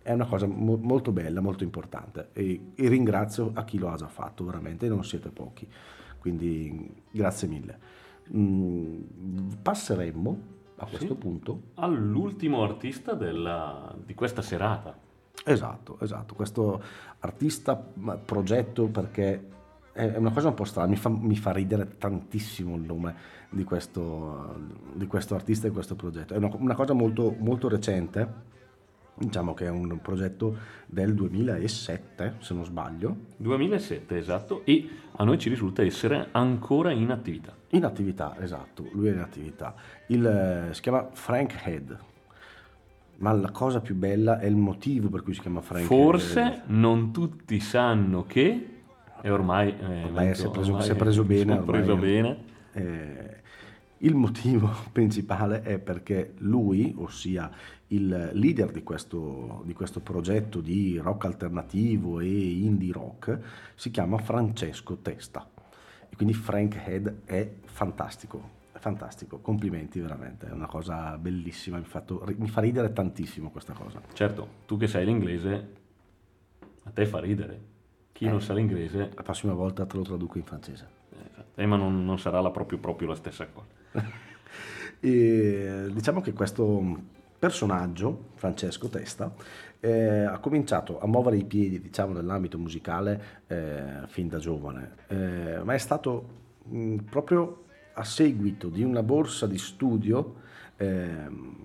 è una cosa mo- molto bella, molto importante e, e ringrazio a chi lo ha già fatto, veramente, non siete pochi, quindi grazie mille. Mm, passeremmo a questo Sì. punto All'ultimo artista della, di questa serata. esatto, esatto, questo artista ma, progetto, perché è una cosa un po' strana, mi fa, mi fa ridere tantissimo il nome di questo, di questo artista e questo progetto. È una, una cosa molto, molto recente, diciamo che è un progetto del duemilasette, se non sbaglio, duemilasette, esatto, e a noi ci risulta essere ancora in attività. in attività, esatto, lui è in attività. Il, eh, si chiama Frank Head, ma la cosa più bella è il motivo per cui si chiama Frank Forse Head. non tutti sanno che, e ormai, eh, Ormai si è preso, ormai si è preso bene. si è ormai- preso bene. Eh, il motivo principale è perché lui, ossia il leader di questo, di questo progetto di rock alternativo e indie rock, si chiama Francesco Testa. E quindi Frank Head è fantastico, è fantastico, complimenti veramente, è una cosa bellissima, mi, fatto, mi fa ridere tantissimo questa cosa. Certo, tu che sai l'inglese, a te fa ridere. Chi Eh. non sa l'inglese, La prossima volta te lo traduco in francese. eh, ma non, non sarà la proprio, proprio la stessa cosa. E diciamo che questo personaggio, Francesco Testa, eh, ha cominciato a muovere i piedi, diciamo, nell'ambito musicale eh, fin da giovane, eh, ma è stato mh, proprio a seguito di una borsa di studio, eh,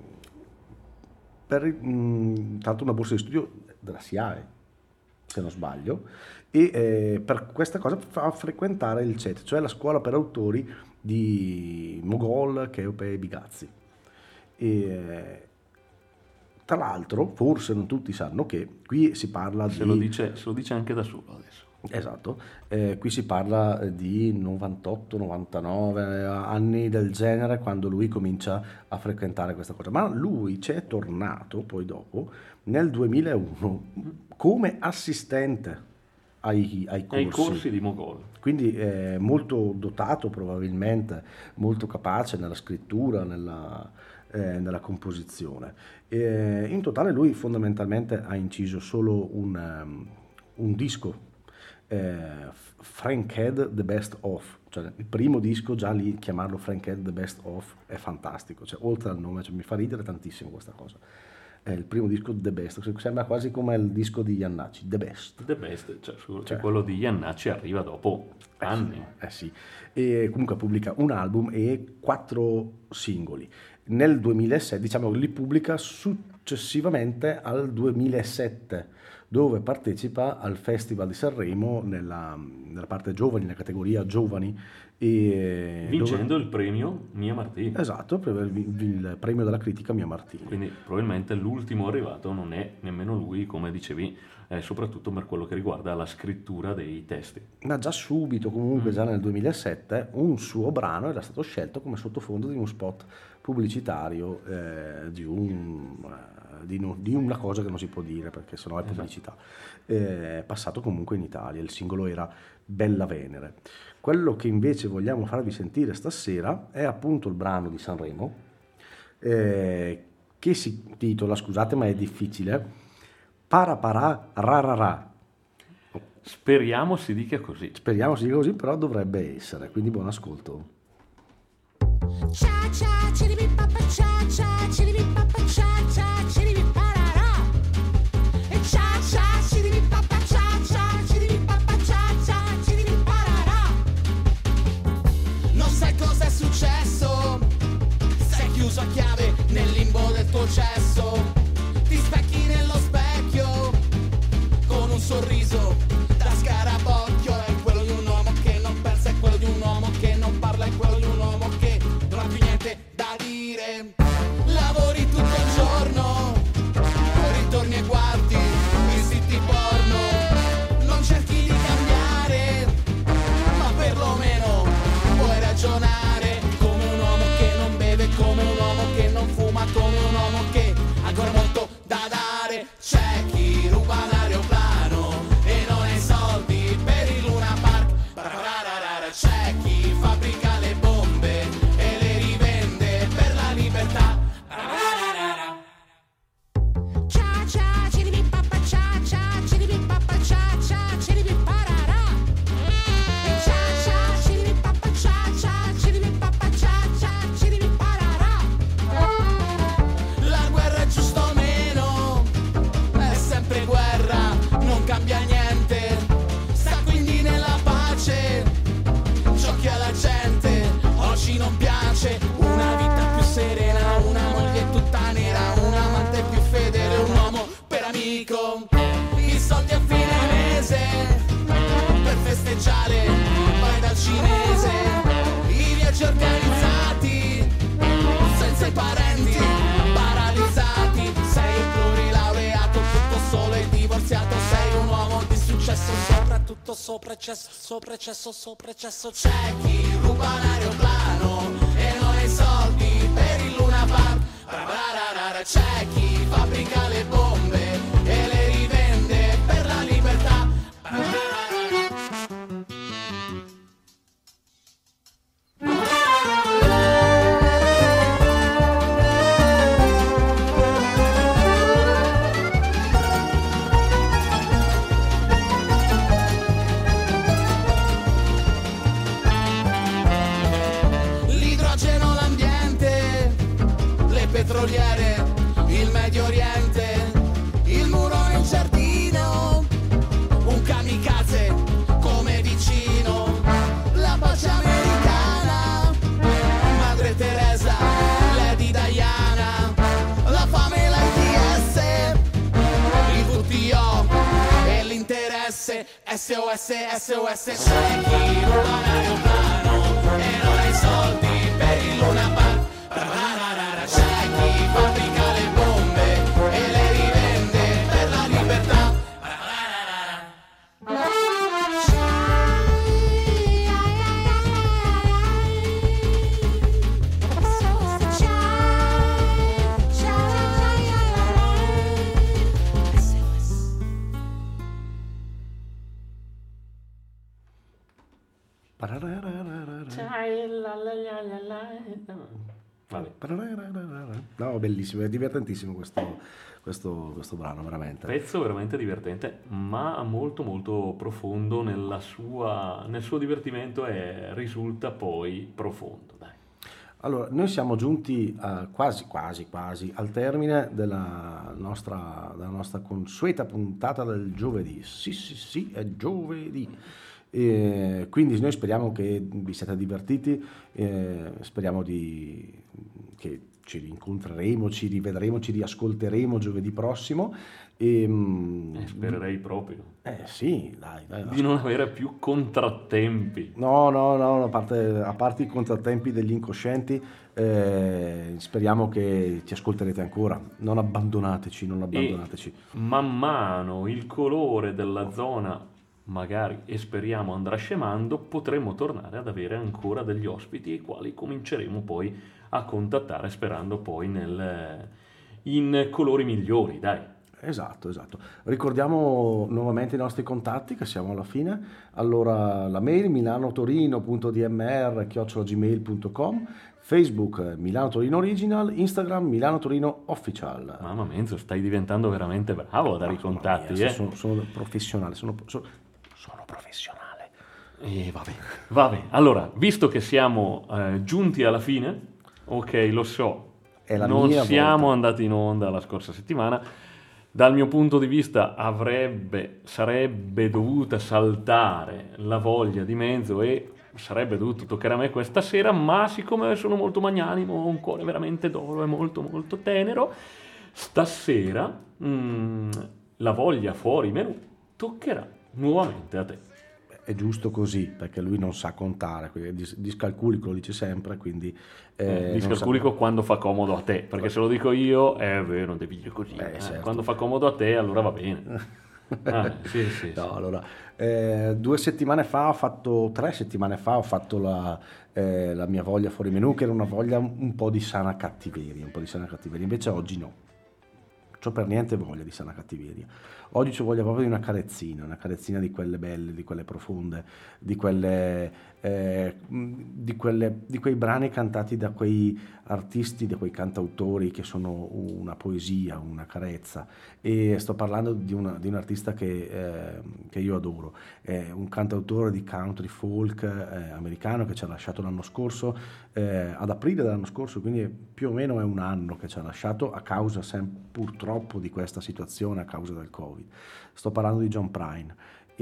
per, mh, tanto una borsa di studio della SIAE, se non sbaglio, e eh, per questa cosa fa frequentare il C E T, cioè la scuola per autori di Mogol, Cheope e Bigazzi. E, eh, tra l'altro, forse non tutti sanno che qui si parla Se di... lo dice, se lo dice anche da solo adesso. Esatto, eh, qui si parla di novantotto novantanove anni del genere, quando lui comincia a frequentare questa cosa, ma lui ci è tornato poi dopo nel duemilauno come assistente ai, ai corsi. Ai corsi di Mogol. Quindi è molto dotato probabilmente, molto capace nella scrittura, nella, eh, nella composizione. E in totale lui fondamentalmente ha inciso solo un, um, un disco, eh, Frank Head The Best Of, cioè il primo disco, già lì chiamarlo Frank Head The Best Of è fantastico, cioè, oltre al nome, cioè, mi fa ridere tantissimo questa cosa. È il primo disco The Best, sembra quasi come il disco di Iannacci, The Best. The Best, cioè, cioè, Cioè. quello di Iannacci arriva dopo anni. Eh sì, e comunque pubblica un album e quattro singoli. Nel duemilasette, diciamo, li pubblica successivamente al duemilasette, dove partecipa al Festival di Sanremo nella, nella parte giovani, nella categoria giovani. E Vincendo dove- il premio Mia Martini. Esatto, per il, il premio della critica Mia Martini. Quindi probabilmente l'ultimo arrivato non è nemmeno lui, come dicevi, eh, soprattutto per quello che riguarda la scrittura dei testi. Ma già subito, comunque già nel duemilasette, un suo brano era stato scelto come sottofondo di uno spot pubblicitario eh, di, un, eh, di, no- di una cosa che non si può dire perché sennò è pubblicità. Eh, passato comunque in Italia, il singolo era Bella Venere. Quello che invece vogliamo farvi sentire stasera è appunto il brano di Sanremo, eh, che si titola, scusate ma è difficile, Para Para Ra Ra Ra. Speriamo si dica così. Speriamo si dica così, però dovrebbe essere, quindi buon ascolto. Cha cha chiribi papa cha cha chiribi papa cha cha chiribi parara. E cha cha chiribi papa cha cha chiribi papa cha cha chiribi parara. Non sai cosa è successo, sei chiuso a chiave nel limbo del tuo cesso. Ti specchi nello specchio con un sorriso da scarabocchio. È quello di un uomo che non pensa, è quello di un uomo che non parla, è quello di un uomo che non ha più niente da dire. Lavori tutto il giorno sopra eccesso, sopra eccesso, sopra eccesso. C'è chi ruba un aeroplano e non ha i soldi per il Luna Park. Bararara, c'è chi fabbrica le bombe e le rivende per la libertà. L'idrogeno, l'ambiente, le petroliere, il Medio Oriente, il muro nel giardino, un kamikaze come vicino, la pace americana, Madre Teresa, Lady Diana, la fame e l'AIDS, il V T O e l'interesse, S O S, S O S. C'è chi ruba un aeroplano e non ha i soldi per il Luna Park. Bararara, c'è chi fabbrica le bombe e le rivende per la libertà. Bararara. Vabbè. No, bellissimo, è divertentissimo questo, questo, questo brano, veramente. Pezzo veramente divertente, ma molto molto profondo nella sua, nel suo divertimento e risulta poi profondo. Dai. Allora, noi siamo giunti a quasi, quasi, quasi al termine della nostra, della nostra consueta puntata del giovedì. Sì, sì, sì, è giovedì. E quindi noi speriamo che vi siate divertiti, eh, speriamo di, che ci rincontreremo, ci rivedremo, ci riascolteremo giovedì prossimo. E, eh, spererei proprio. Eh sì, dai, dai, di non avere più contrattempi. No, no, no, a parte, a parte i contrattempi degli incoscienti, eh, speriamo che ci ascolterete ancora. Non abbandonateci, non abbandonateci. E man mano il colore della zona magari, e speriamo, andrà scemando, potremo tornare ad avere ancora degli ospiti i quali cominceremo poi a contattare, sperando poi nel, in colori migliori, dai. Esatto, esatto. Ricordiamo nuovamente i nostri contatti, che siamo alla fine. Allora, la mail milanotorino punto d m r chiocciola gmail punto com, Facebook Milano Torino Original, Instagram Milano Torino Official. Mamma mia, stai diventando veramente bravo a dare i contatti. Mia, eh? sono, sono professionale, sono, sono, sono professionale. E vabbè, vabbè. Allora, visto che siamo eh, giunti alla fine, ok, lo so, È la non mia siamo volta. andati in onda la scorsa settimana. Dal mio punto di vista avrebbe, sarebbe dovuta saltare la voglia di mezzo e sarebbe dovuto toccare a me questa sera, ma siccome sono molto magnanimo, ho un cuore veramente d'oro e molto molto tenero, stasera mh, la voglia fuori menù toccherà nuovamente a te. È giusto così, perché lui non sa contare, quindi dis- discalculico lo dice sempre, quindi... Eh, Eh, discalculico non sa- quando fa comodo a te, perché se lo dico io, è vero, non devi dire così. Eh, eh. certo. Quando fa comodo a te, allora va bene. Ah, sì, sì, No, sì. allora, eh, due settimane fa ho fatto, tre settimane fa ho fatto la, eh, la mia voglia fuori menù, che era una voglia un po' di sana cattiveria, un po' di sana cattiveria, invece oggi no. C'ho per niente voglia di sana cattiveria. Oggi c'ho voglia proprio di una carezzina, una carezzina di quelle belle, di quelle profonde, di quelle, eh, di quelle, di quei brani cantati da quei artisti, da quei cantautori che sono una poesia, una carezza. E sto parlando di, una, di un artista che, eh, che io adoro, è un cantautore di country folk eh, americano che ci ha lasciato l'anno scorso, eh, ad aprile dell'anno scorso, quindi più o meno è un anno che ci ha lasciato a causa sem- purtroppo di questa situazione, a causa del Covid. Sto parlando di John Prine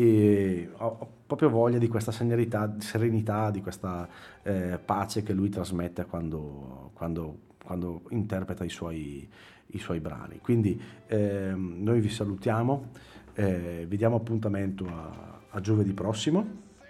e ho, ho proprio voglia di questa serenità, serenità di questa eh, pace che lui trasmette quando, quando, quando interpreta i suoi, i suoi brani. Quindi ehm, noi vi salutiamo, eh, vi diamo appuntamento a, a giovedì prossimo.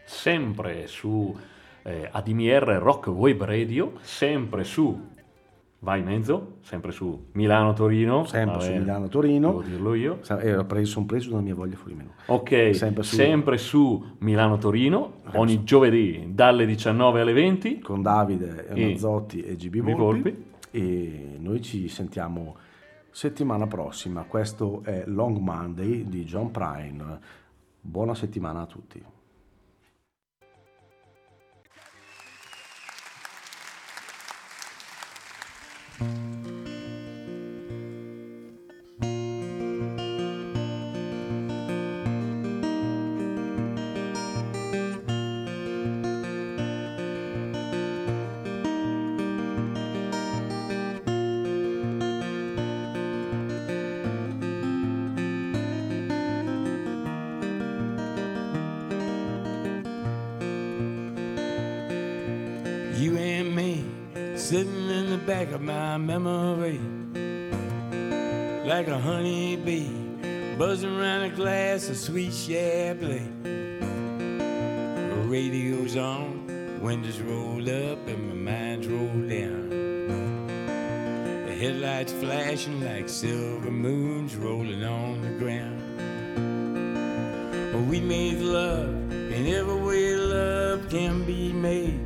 Sempre su eh, A D M R Rock Web Radio, sempre su vai mezzo, sempre su Milano-Torino. Sempre su Vabbè, Milano-Torino. devo dirlo io. Sa- eh, ho preso- sono preso dalla mia voglia fuori meno. Ok, Sempre su- sempre su Milano-Torino, ogni giovedì dalle diciannove alle venti. Con Davide E Mazzotti e G B Volpi. Volpi. E noi ci sentiamo settimana prossima. Questo è Long Monday di John Prine. Buona settimana a tutti. You and me sitting in the back of my memory like a honeybee buzzing around a glass of sweet Chablis. The radio's on, windows roll up and my mind's rolled down. The headlights flashing like silver moons rolling on the ground. We made love in every way love can be made.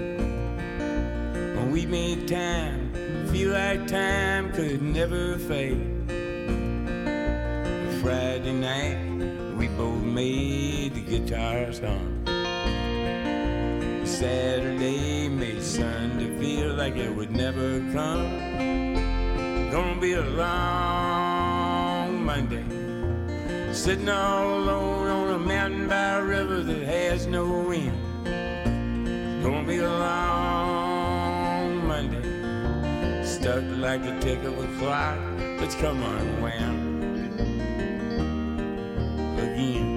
We made time feel like time could never fade. Friday night, we both made the guitars hum. Saturday made Sunday feel like it would never come. Gonna be a long Monday, sitting all alone on a mountain by a river that has no end. Gonna be a long Monday, stuck like the tick of a clock that's come unwound again.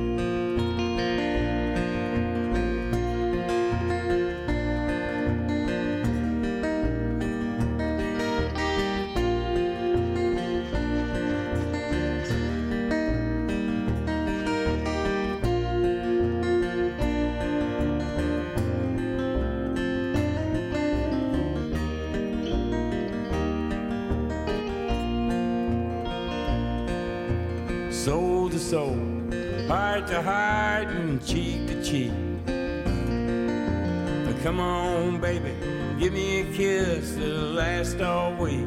Soul to soul, heart to heart, and cheek to cheek. But come on, baby, give me a kiss that'll last all week.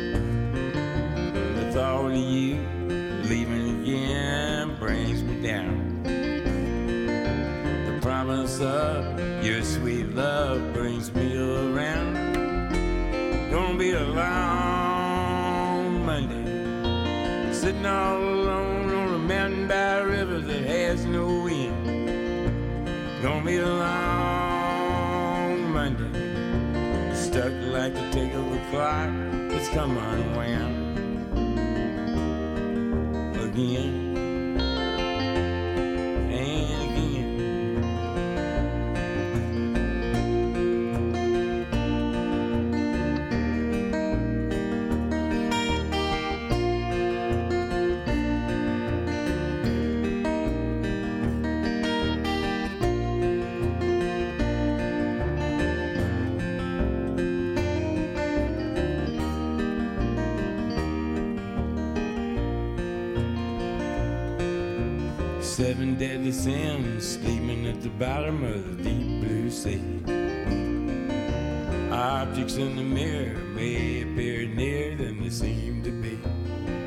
The thought of you leaving again brings me down. The promise of your sweet love brings me around. Gonna be a long Monday, sitting all alone on a mountain by a river that has no end. Gonna be a long Monday, stuck like the tick of a clock that's come unwound again and again. Seven deadly sins sleeping at the bottom of the deep blue sea. Objects in the mirror may appear nearer than they seem to be.